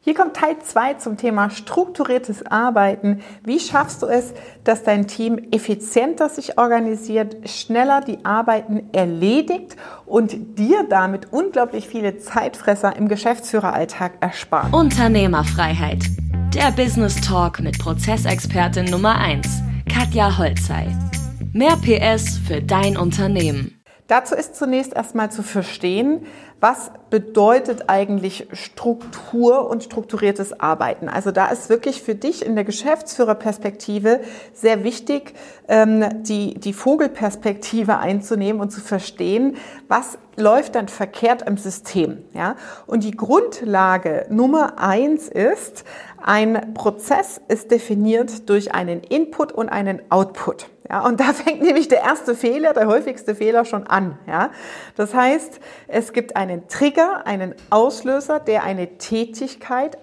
Hier kommt Teil 2 zum Thema strukturiertes Arbeiten. Wie schaffst du es, dass dein Team effizienter sich organisiert, schneller die Arbeiten erledigt und dir damit unglaublich viele Zeitfresser im Geschäftsführeralltag erspart? Unternehmerfreiheit. Der Business Talk mit Prozessexpertin Nummer 1, Katja Holzei. Mehr PS für dein Unternehmen. Dazu ist zunächst erstmal zu verstehen, was bedeutet eigentlich Struktur und strukturiertes Arbeiten. Also da ist wirklich für dich in der Geschäftsführerperspektive sehr wichtig, die Vogelperspektive einzunehmen und zu verstehen, was läuft dann verkehrt im System. Ja? Und die Grundlage Nummer 1 ist, ein Prozess ist definiert durch einen Input und einen Output. Ja, und da fängt nämlich der erste Fehler, der häufigste Fehler schon an. Ja, das heißt, es gibt einen Trigger, einen Auslöser, der eine Tätigkeit,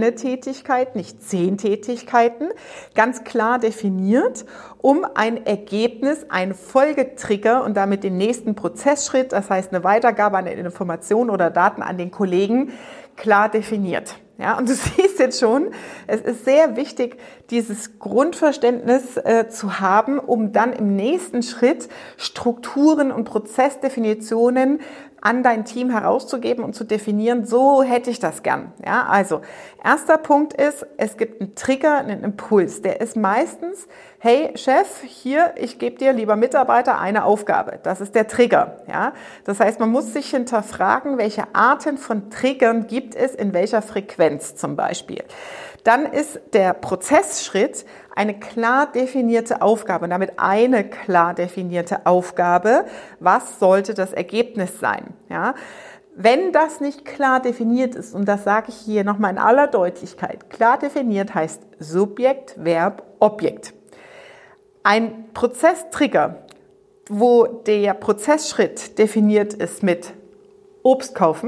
nicht 10 Tätigkeiten, ganz klar definiert, um ein Ergebnis, einen Folgetrigger und damit den nächsten Prozessschritt, das heißt eine Weitergabe an Informationen oder Daten an den Kollegen, klar definiert. Ja, und du siehst jetzt schon, es ist sehr wichtig, dieses Grundverständnis zu haben, um dann im nächsten Schritt Strukturen und Prozessdefinitionen an dein Team herauszugeben und zu definieren, so hätte ich das gern. Ja, also, erster Punkt ist, es gibt einen Trigger, einen Impuls. Der ist meistens, hey Chef, hier, ich gebe dir, lieber Mitarbeiter, eine Aufgabe. Das ist der Trigger. Ja, das heißt, man muss sich hinterfragen, welche Arten von Triggern gibt es, in welcher Frequenz zum Beispiel. Dann ist der Prozessschritt eine klar definierte Aufgabe und damit eine klar definierte Aufgabe. Was sollte das Ergebnis sein? Ja? Wenn das nicht klar definiert ist, und das sage ich hier nochmal in aller Deutlichkeit, klar definiert heißt Subjekt, Verb, Objekt. Ein Prozesstrigger, wo der Prozessschritt definiert ist mit Obst kaufen,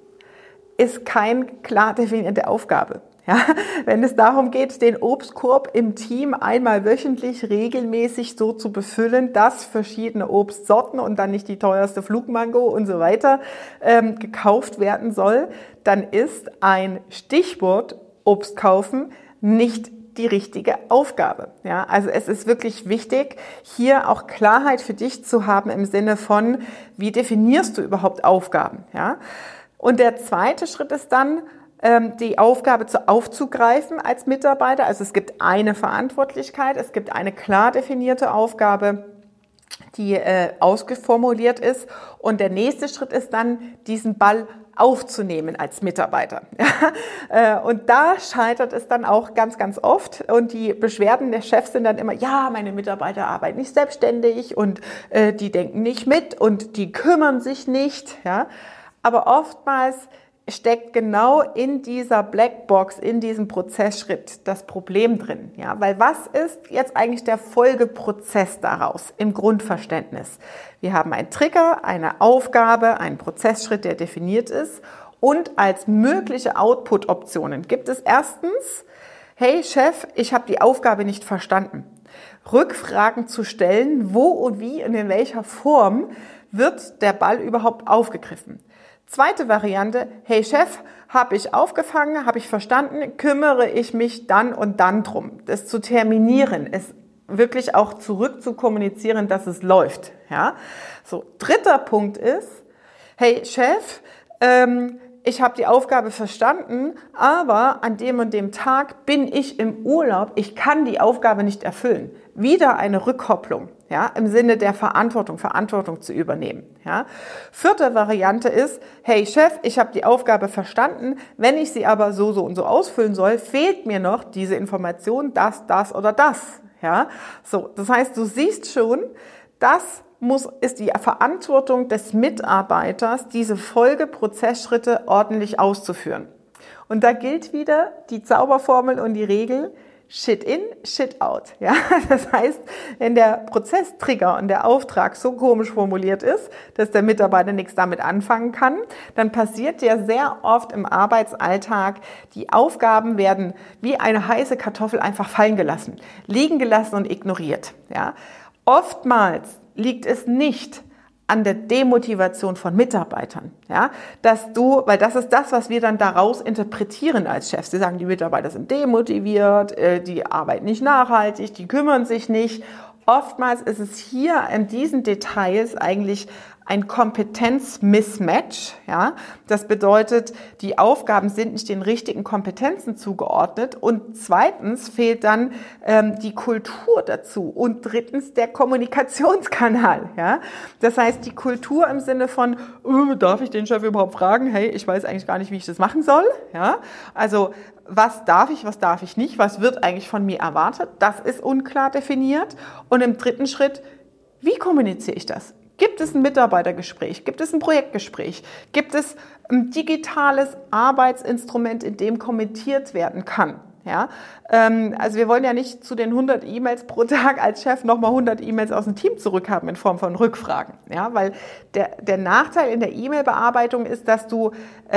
ist keine klar definierte Aufgabe. Ja, wenn es darum geht, den Obstkorb im Team einmal wöchentlich regelmäßig so zu befüllen, dass verschiedene Obstsorten und dann nicht die teuerste Flugmango und so weiter gekauft werden soll, dann ist ein Stichwort Obst kaufen nicht die richtige Aufgabe. Ja, also es ist wirklich wichtig, hier auch Klarheit für dich zu haben im Sinne von, wie definierst du überhaupt Aufgaben? Ja? Und der zweite Schritt ist dann, die Aufgabe aufzugreifen als Mitarbeiter. Also es gibt eine Verantwortlichkeit, es gibt eine klar definierte Aufgabe, die ausgeformuliert ist. Und der nächste Schritt ist dann, diesen Ball aufzunehmen als Mitarbeiter. Und da scheitert es dann auch ganz, ganz oft. Und die Beschwerden der Chefs sind dann immer, ja, meine Mitarbeiter arbeiten nicht selbstständig und die denken nicht mit und die kümmern sich nicht. Ja. Aber oftmals steckt genau in dieser Blackbox, in diesem Prozessschritt das Problem drin. Ja, weil was ist jetzt eigentlich der Folgeprozess daraus im Grundverständnis? Wir haben einen Trigger, eine Aufgabe, einen Prozessschritt, der definiert ist. Und als mögliche Output-Optionen gibt es erstens, hey Chef, ich habe die Aufgabe nicht verstanden. Rückfragen zu stellen, wo und wie und in welcher Form wird der Ball überhaupt aufgegriffen. Zweite Variante, hey Chef, habe ich aufgefangen, habe ich verstanden, kümmere ich mich dann und dann drum. Das zu terminieren, es wirklich auch zurück zu kommunizieren, dass es läuft. Ja? So, dritter Punkt ist, hey Chef, ich habe die Aufgabe verstanden, aber an dem und dem Tag bin ich im Urlaub, ich kann die Aufgabe nicht erfüllen. Wieder eine Rückkopplung, ja, im Sinne der Verantwortung zu übernehmen. Ja. Vierte Variante ist, hey Chef, ich habe die Aufgabe verstanden, wenn ich sie aber so und so ausfüllen soll, fehlt mir noch diese Information, das oder das. Ja. So, das heißt, du siehst schon, ist die Verantwortung des Mitarbeiters, diese Folgeprozessschritte ordentlich auszuführen. Und da gilt wieder die Zauberformel und die Regel, Shit in, Shit out. Ja? Das heißt, wenn der Prozesstrigger und der Auftrag so komisch formuliert ist, dass der Mitarbeiter nichts damit anfangen kann, dann passiert ja sehr oft im Arbeitsalltag, die Aufgaben werden wie eine heiße Kartoffel einfach fallen gelassen, liegen gelassen und ignoriert. Ja? Oftmals liegt es nicht an der Demotivation von Mitarbeitern, ja, weil das ist das, was wir dann daraus interpretieren als Chefs. Sie sagen, die Mitarbeiter sind demotiviert, die arbeiten nicht nachhaltig, die kümmern sich nicht. Oftmals ist es hier in diesen Details eigentlich ein Kompetenzmismatch, ja. Das bedeutet, die Aufgaben sind nicht den richtigen Kompetenzen zugeordnet und zweitens fehlt dann die Kultur dazu und drittens der Kommunikationskanal, ja. Das heißt, die Kultur im Sinne von, darf ich den Chef überhaupt fragen? Hey, ich weiß eigentlich gar nicht, wie ich das machen soll, ja. Also, was darf ich nicht? Was wird eigentlich von mir erwartet? Das ist unklar definiert. Und im dritten Schritt, wie kommuniziere ich das? Gibt es ein Mitarbeitergespräch? Gibt es ein Projektgespräch? Gibt es ein digitales Arbeitsinstrument, in dem kommentiert werden kann? Ja, also wir wollen ja nicht zu den 100 E-Mails pro Tag als Chef nochmal 100 E-Mails aus dem Team zurückhaben in Form von Rückfragen. Ja, weil der Nachteil in der E-Mail-Bearbeitung ist, dass du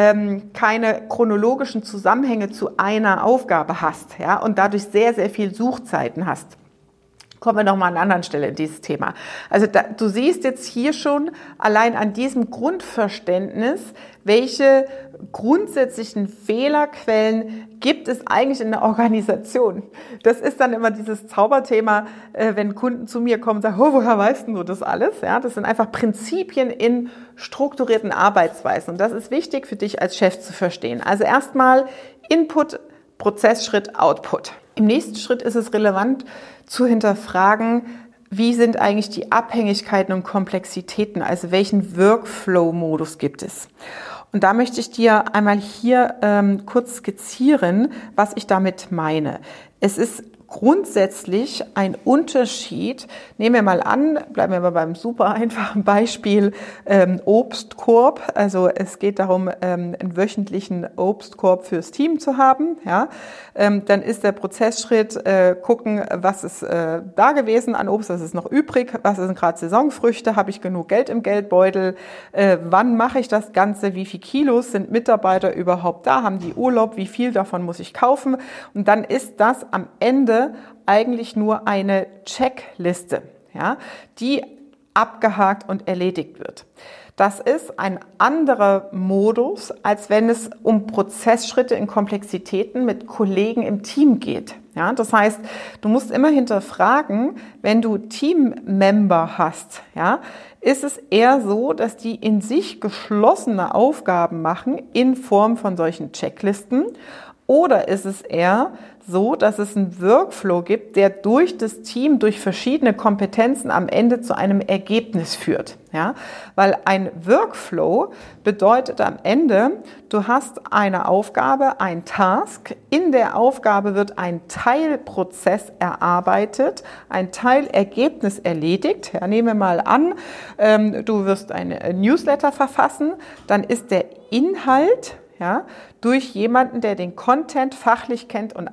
keine chronologischen Zusammenhänge zu einer Aufgabe hast, ja, und dadurch sehr, sehr viel Suchzeiten hast. Kommen wir nochmal an einer anderen Stelle in dieses Thema. Also du siehst jetzt hier schon allein an diesem Grundverständnis, welche grundsätzlichen Fehlerquellen gibt es eigentlich in der Organisation. Das ist dann immer dieses Zauberthema, wenn Kunden zu mir kommen und sagen, woher weißt du das alles? Ja, das sind einfach Prinzipien in strukturierten Arbeitsweisen. Und das ist wichtig für dich als Chef zu verstehen. Also erstmal Input, Prozessschritt, Output. Im nächsten Schritt ist es relevant zu hinterfragen, wie sind eigentlich die Abhängigkeiten und Komplexitäten, also welchen Workflow-Modus gibt es. Und da möchte ich dir einmal hier kurz skizzieren, was ich damit meine. Es ist grundsätzlich ein Unterschied. Nehmen wir mal an, bleiben wir mal beim super einfachen Beispiel Obstkorb. Also es geht darum, einen wöchentlichen Obstkorb fürs Team zu haben. Ja, dann ist der Prozessschritt gucken, was ist da gewesen an Obst, was ist noch übrig, was sind gerade Saisonfrüchte, habe ich genug Geld im Geldbeutel, wann mache ich das Ganze, wie viel Kilos sind Mitarbeiter überhaupt da, haben die Urlaub, wie viel davon muss ich kaufen und dann ist das am Ende eigentlich nur eine Checkliste, ja, die abgehakt und erledigt wird. Das ist ein anderer Modus, als wenn es um Prozessschritte in Komplexitäten mit Kollegen im Team geht. Ja, das heißt, du musst immer hinterfragen, wenn du Teammember hast, ja, ist es eher so, dass die in sich geschlossene Aufgaben machen in Form von solchen Checklisten? Oder ist es eher so, dass es einen Workflow gibt, der durch das Team, durch verschiedene Kompetenzen am Ende zu einem Ergebnis führt? Ja? Weil ein Workflow bedeutet am Ende, du hast eine Aufgabe, ein Task. In der Aufgabe wird ein Teilprozess erarbeitet, ein Teilergebnis erledigt. Ja, nehmen wir mal an, du wirst ein Newsletter verfassen, dann ist der Inhalt, ja, durch jemanden, der den Content fachlich kennt und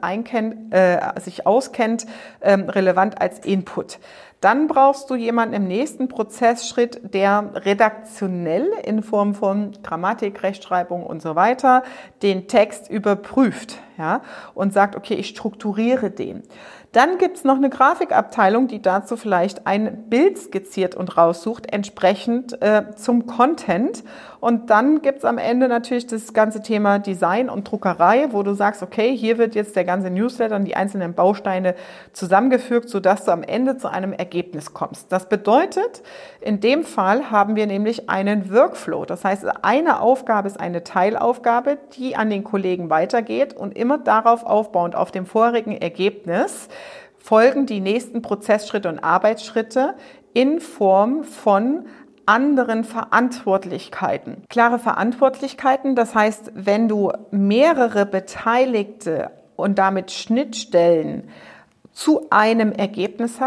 sich auskennt, relevant als Input. Dann brauchst du jemanden im nächsten Prozessschritt, der redaktionell in Form von Grammatik, Rechtschreibung und so weiter den Text überprüft, ja, und sagt, okay, ich strukturiere den. Dann gibt's noch eine Grafikabteilung, die dazu vielleicht ein Bild skizziert und raussucht, entsprechend zum Content. Und dann gibt's am Ende natürlich das ganze Thema Design und Druckerei, wo du sagst, okay, hier wird jetzt der ganze Newsletter und die einzelnen Bausteine zusammengefügt, sodass du am Ende zu einem Ergebnis kommst. Das bedeutet, in dem Fall haben wir nämlich einen Workflow. Das heißt, eine Aufgabe ist eine Teilaufgabe, die an den Kollegen weitergeht und immer darauf aufbauend auf dem vorigen Ergebnis folgen die nächsten Prozessschritte und Arbeitsschritte in Form von anderen Verantwortlichkeiten. Klare Verantwortlichkeiten, das heißt, wenn du mehrere Beteiligte und damit Schnittstellen zu einem Ergebnis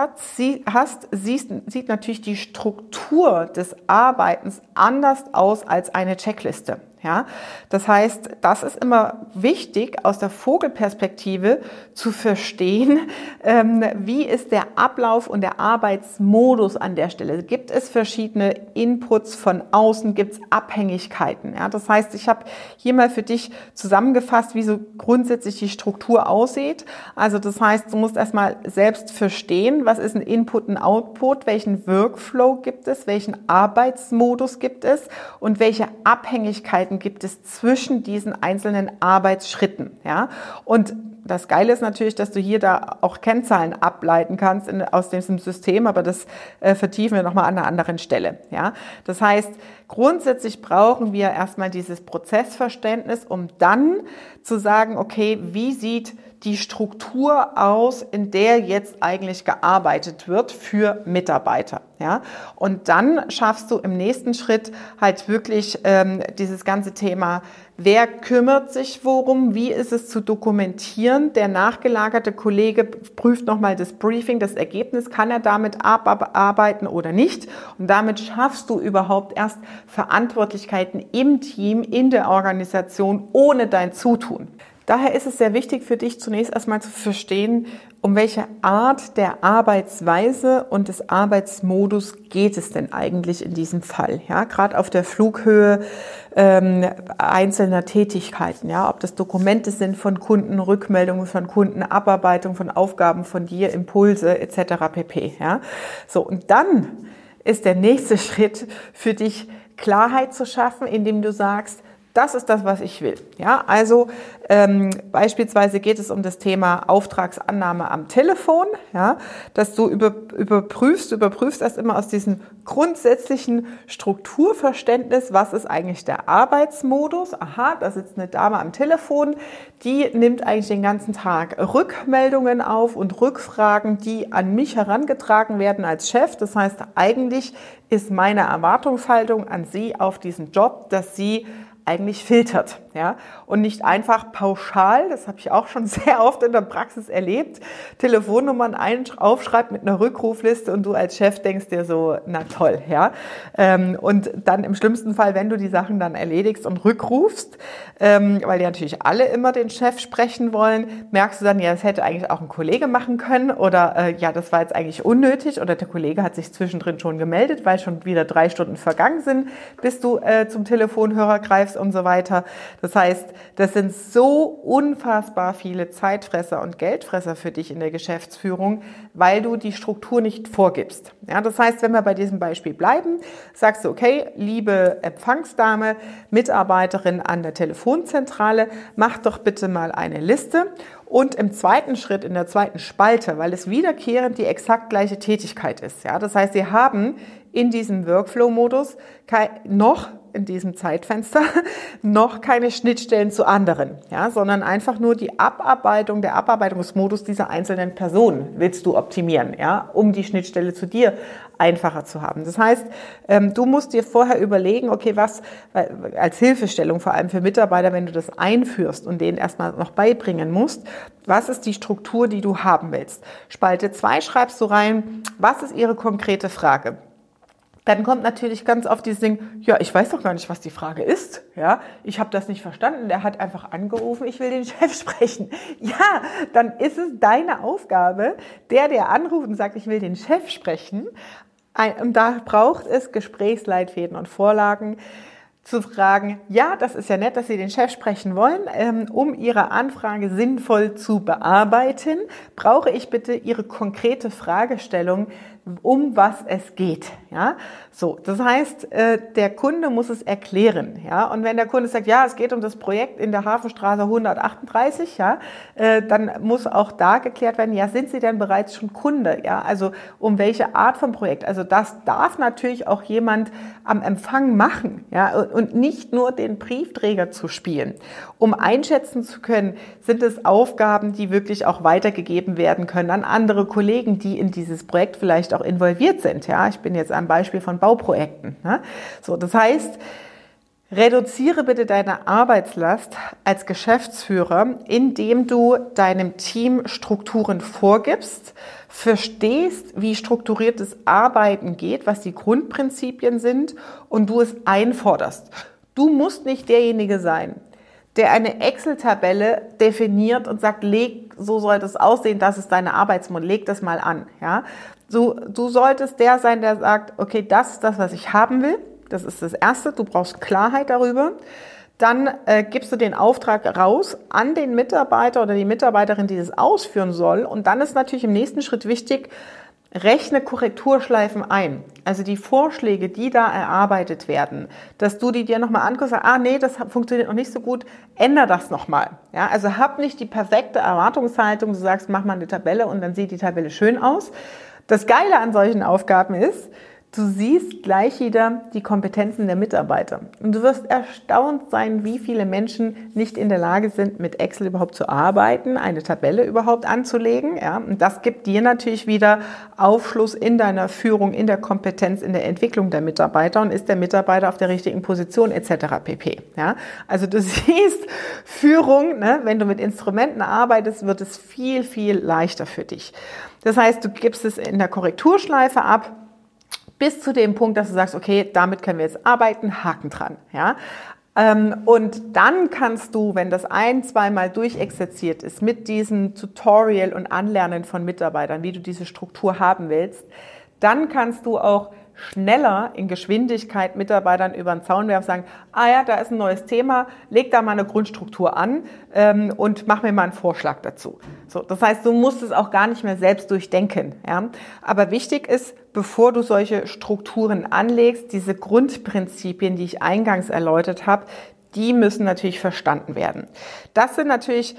sieht natürlich die Struktur des Arbeitens anders aus als eine Checkliste. Ja, das heißt, das ist immer wichtig, aus der Vogelperspektive zu verstehen, wie ist der Ablauf und der Arbeitsmodus an der Stelle. Gibt es verschiedene Inputs von außen, gibt es Abhängigkeiten. Ja, das heißt, ich habe hier mal für dich zusammengefasst, wie so grundsätzlich die Struktur aussieht. Also das heißt, du musst erstmal selbst verstehen, was ist ein Input, ein Output, welchen Workflow gibt es, welchen Arbeitsmodus gibt es und welche Abhängigkeiten gibt es zwischen diesen einzelnen Arbeitsschritten. Ja? Und das Geile ist natürlich, dass du hier da auch Kennzahlen ableiten kannst aus diesem System, aber das vertiefen wir nochmal an einer anderen Stelle. Ja? Das heißt, grundsätzlich brauchen wir erstmal dieses Prozessverständnis, um dann zu sagen, okay, wie sieht die Struktur aus, in der jetzt eigentlich gearbeitet wird für Mitarbeiter. Ja? Und dann schaffst du im nächsten Schritt halt wirklich dieses ganze Thema, wer kümmert sich worum, wie ist es zu dokumentieren. Der nachgelagerte Kollege prüft nochmal das Briefing, das Ergebnis, kann er damit abarbeiten oder nicht. Und damit schaffst du überhaupt erst Verantwortlichkeiten im Team, in der Organisation, ohne dein Zutun. Daher ist es sehr wichtig für dich, zunächst erstmal zu verstehen, um welche Art der Arbeitsweise und des Arbeitsmodus geht es denn eigentlich in diesem Fall. Ja, gerade auf der Flughöhe einzelner Tätigkeiten, ja, ob das Dokumente sind von Kunden, Rückmeldungen von Kunden, Abarbeitung von Aufgaben von dir, Impulse etc. pp. Ja, so und dann ist der nächste Schritt für dich Klarheit zu schaffen, indem du sagst, das ist das, was ich will. Ja, also beispielsweise geht es um das Thema Auftragsannahme am Telefon, ja, dass du überprüfst erst immer aus diesem grundsätzlichen Strukturverständnis, was ist eigentlich der Arbeitsmodus. Aha, da sitzt eine Dame am Telefon, die nimmt eigentlich den ganzen Tag Rückmeldungen auf und Rückfragen, die an mich herangetragen werden als Chef. Das heißt, eigentlich ist meine Erwartungshaltung an sie auf diesen Job, dass sie eigentlich filtert, ja, und nicht einfach pauschal, das habe ich auch schon sehr oft in der Praxis erlebt, Telefonnummern aufschreibt mit einer Rückrufliste und du als Chef denkst dir so, na toll, ja, und dann im schlimmsten Fall, wenn du die Sachen dann erledigst und rückrufst, weil die natürlich alle immer den Chef sprechen wollen, merkst du dann, ja, das hätte eigentlich auch ein Kollege machen können oder ja, das war jetzt eigentlich unnötig oder der Kollege hat sich zwischendrin schon gemeldet, weil schon wieder 3 Stunden vergangen sind, bis du zum Telefonhörer greifst und so weiter. Das heißt, das sind so unfassbar viele Zeitfresser und Geldfresser für dich in der Geschäftsführung, weil du die Struktur nicht vorgibst. Ja, das heißt, wenn wir bei diesem Beispiel bleiben, sagst du, okay, liebe Empfangsdame, Mitarbeiterin an der Telefonzentrale, mach doch bitte mal eine Liste. Und im zweiten Schritt, in der zweiten Spalte, weil es wiederkehrend die exakt gleiche Tätigkeit ist. Ja, das heißt, Sie haben in diesem Workflow-Modus noch in diesem Zeitfenster noch keine Schnittstellen zu anderen, ja, sondern einfach nur die Abarbeitung, der Abarbeitungsmodus dieser einzelnen Person willst du optimieren, ja, um die Schnittstelle zu dir einfacher zu haben. Das heißt, du musst dir vorher überlegen, okay, was als Hilfestellung vor allem für Mitarbeiter, wenn du das einführst und denen erstmal noch beibringen musst, was ist die Struktur, die du haben willst? Spalte 2 schreibst du rein, was ist ihre konkrete Frage? Dann kommt natürlich ganz oft dieses Ding, ja, ich weiß doch gar nicht, was die Frage ist. Ja, ich habe das nicht verstanden. Der hat einfach angerufen, ich will den Chef sprechen. Ja, dann ist es deine Aufgabe, der anruft und sagt, ich will den Chef sprechen. Und da braucht es Gesprächsleitfäden und Vorlagen, zu fragen, ja, das ist ja nett, dass Sie den Chef sprechen wollen, um Ihre Anfrage sinnvoll zu bearbeiten, brauche ich bitte Ihre konkrete Fragestellung, um was es geht. Ja, so, das heißt, der Kunde muss es erklären. Ja, und wenn der Kunde sagt, ja, es geht um das Projekt in der Hafenstraße 138, ja, dann muss auch da geklärt werden, ja, sind Sie denn bereits schon Kunde? Ja, also um welche Art von Projekt? Also das darf natürlich auch jemand am Empfang machen, ja, und nicht nur den Briefträger zu spielen. Um einschätzen zu können, sind es Aufgaben, die wirklich auch weitergegeben werden können an andere Kollegen, die in dieses Projekt vielleicht auch involviert sind. Ja, ich bin jetzt am Beispiel von Bauprojekten. Ne? So, das heißt, reduziere bitte deine Arbeitslast als Geschäftsführer, indem du deinem Team Strukturen vorgibst, verstehst, wie strukturiertes Arbeiten geht, was die Grundprinzipien sind und du es einforderst. Du musst nicht derjenige sein, der eine Excel-Tabelle definiert und sagt, so soll das aussehen, das ist deine Arbeitsmodell, leg das mal an. Ja? Du solltest der sein, der sagt, okay, das ist das, was ich haben will. Das ist das Erste, du brauchst Klarheit darüber. Dann gibst du den Auftrag raus an den Mitarbeiter oder die Mitarbeiterin, die das ausführen soll. Und dann ist natürlich im nächsten Schritt wichtig, rechne Korrekturschleifen ein. Also die Vorschläge, die da erarbeitet werden, dass du die dir nochmal anguckst, nee, das funktioniert noch nicht so gut, ändere das nochmal. Ja, also hab nicht die perfekte Erwartungshaltung, du sagst, mach mal eine Tabelle und dann sieht die Tabelle schön aus. Das Geile an solchen Aufgaben ist, du siehst gleich wieder die Kompetenzen der Mitarbeiter. Und du wirst erstaunt sein, wie viele Menschen nicht in der Lage sind, mit Excel überhaupt zu arbeiten, eine Tabelle überhaupt anzulegen. Ja? Und das gibt dir natürlich wieder Aufschluss in deiner Führung, in der Kompetenz, in der Entwicklung der Mitarbeiter und ist der Mitarbeiter auf der richtigen Position etc. pp. Ja? Also du siehst, Führung, ne? Wenn du mit Instrumenten arbeitest, wird es viel, viel leichter für dich. Das heißt, du gibst es in der Korrekturschleife ab, bis zu dem Punkt, dass du sagst, okay, damit können wir jetzt arbeiten, Haken dran. Ja? Und dann kannst du, wenn das 1-2 Mal durchexerziert ist, mit diesem Tutorial und Anlernen von Mitarbeitern, wie du diese Struktur haben willst, dann kannst du auch schneller in Geschwindigkeit Mitarbeitern über den Zaun werfen, sagen, ja, da ist ein neues Thema, leg da mal eine Grundstruktur an und mach mir mal einen Vorschlag dazu. So, das heißt, du musst es auch gar nicht mehr selbst durchdenken. Ja? Aber wichtig ist, bevor du solche Strukturen anlegst, diese Grundprinzipien, die ich eingangs erläutert habe, die müssen natürlich verstanden werden. Das sind natürlich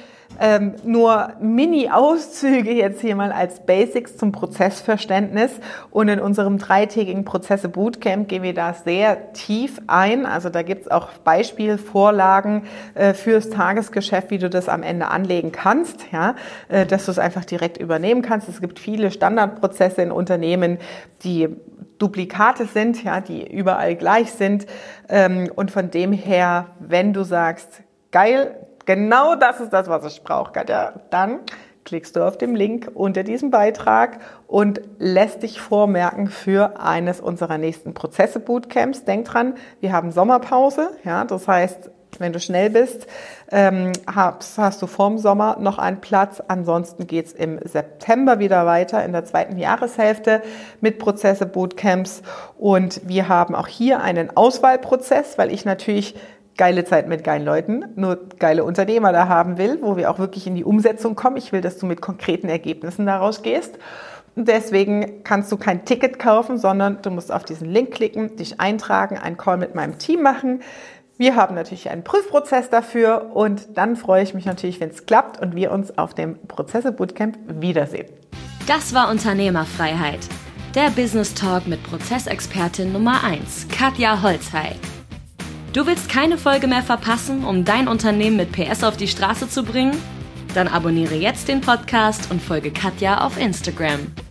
nur Mini-Auszüge jetzt hier mal als Basics zum Prozessverständnis. Und in unserem 3-tägigen Prozesse-Bootcamp gehen wir da sehr tief ein. Also da gibt es auch Beispielvorlagen fürs Tagesgeschäft, wie du das am Ende anlegen kannst, ja, dass du es einfach direkt übernehmen kannst. Es gibt viele Standardprozesse in Unternehmen, die Duplikate sind, ja, die überall gleich sind. Und von dem her, wenn du sagst, geil, genau das ist das, was ich brauche, Katja, dann klickst du auf den Link unter diesem Beitrag und lässt dich vormerken für eines unserer nächsten Prozesse-Bootcamps. Denk dran, wir haben Sommerpause, ja, das heißt, wenn du schnell bist, hast du vorm Sommer noch einen Platz. Ansonsten geht's im September wieder weiter in der 2. Jahreshälfte mit Prozesse-Bootcamps. Und wir haben auch hier einen Auswahlprozess, weil ich natürlich geile Zeit mit geilen Leuten, nur geile Unternehmer da haben will, wo wir auch wirklich in die Umsetzung kommen. Ich will, dass du mit konkreten Ergebnissen daraus gehst. Und deswegen kannst du kein Ticket kaufen, sondern du musst auf diesen Link klicken, dich eintragen, einen Call mit meinem Team machen. Wir haben natürlich einen Prüfprozess dafür und dann freue ich mich natürlich, wenn es klappt und wir uns auf dem Prozesse-Bootcamp wiedersehen. Das war Unternehmerfreiheit, der Business Talk mit Prozessexpertin Nummer 1, Katja Holzhey. Du willst keine Folge mehr verpassen, um dein Unternehmen mit PS auf die Straße zu bringen? Dann abonniere jetzt den Podcast und folge Katja auf Instagram.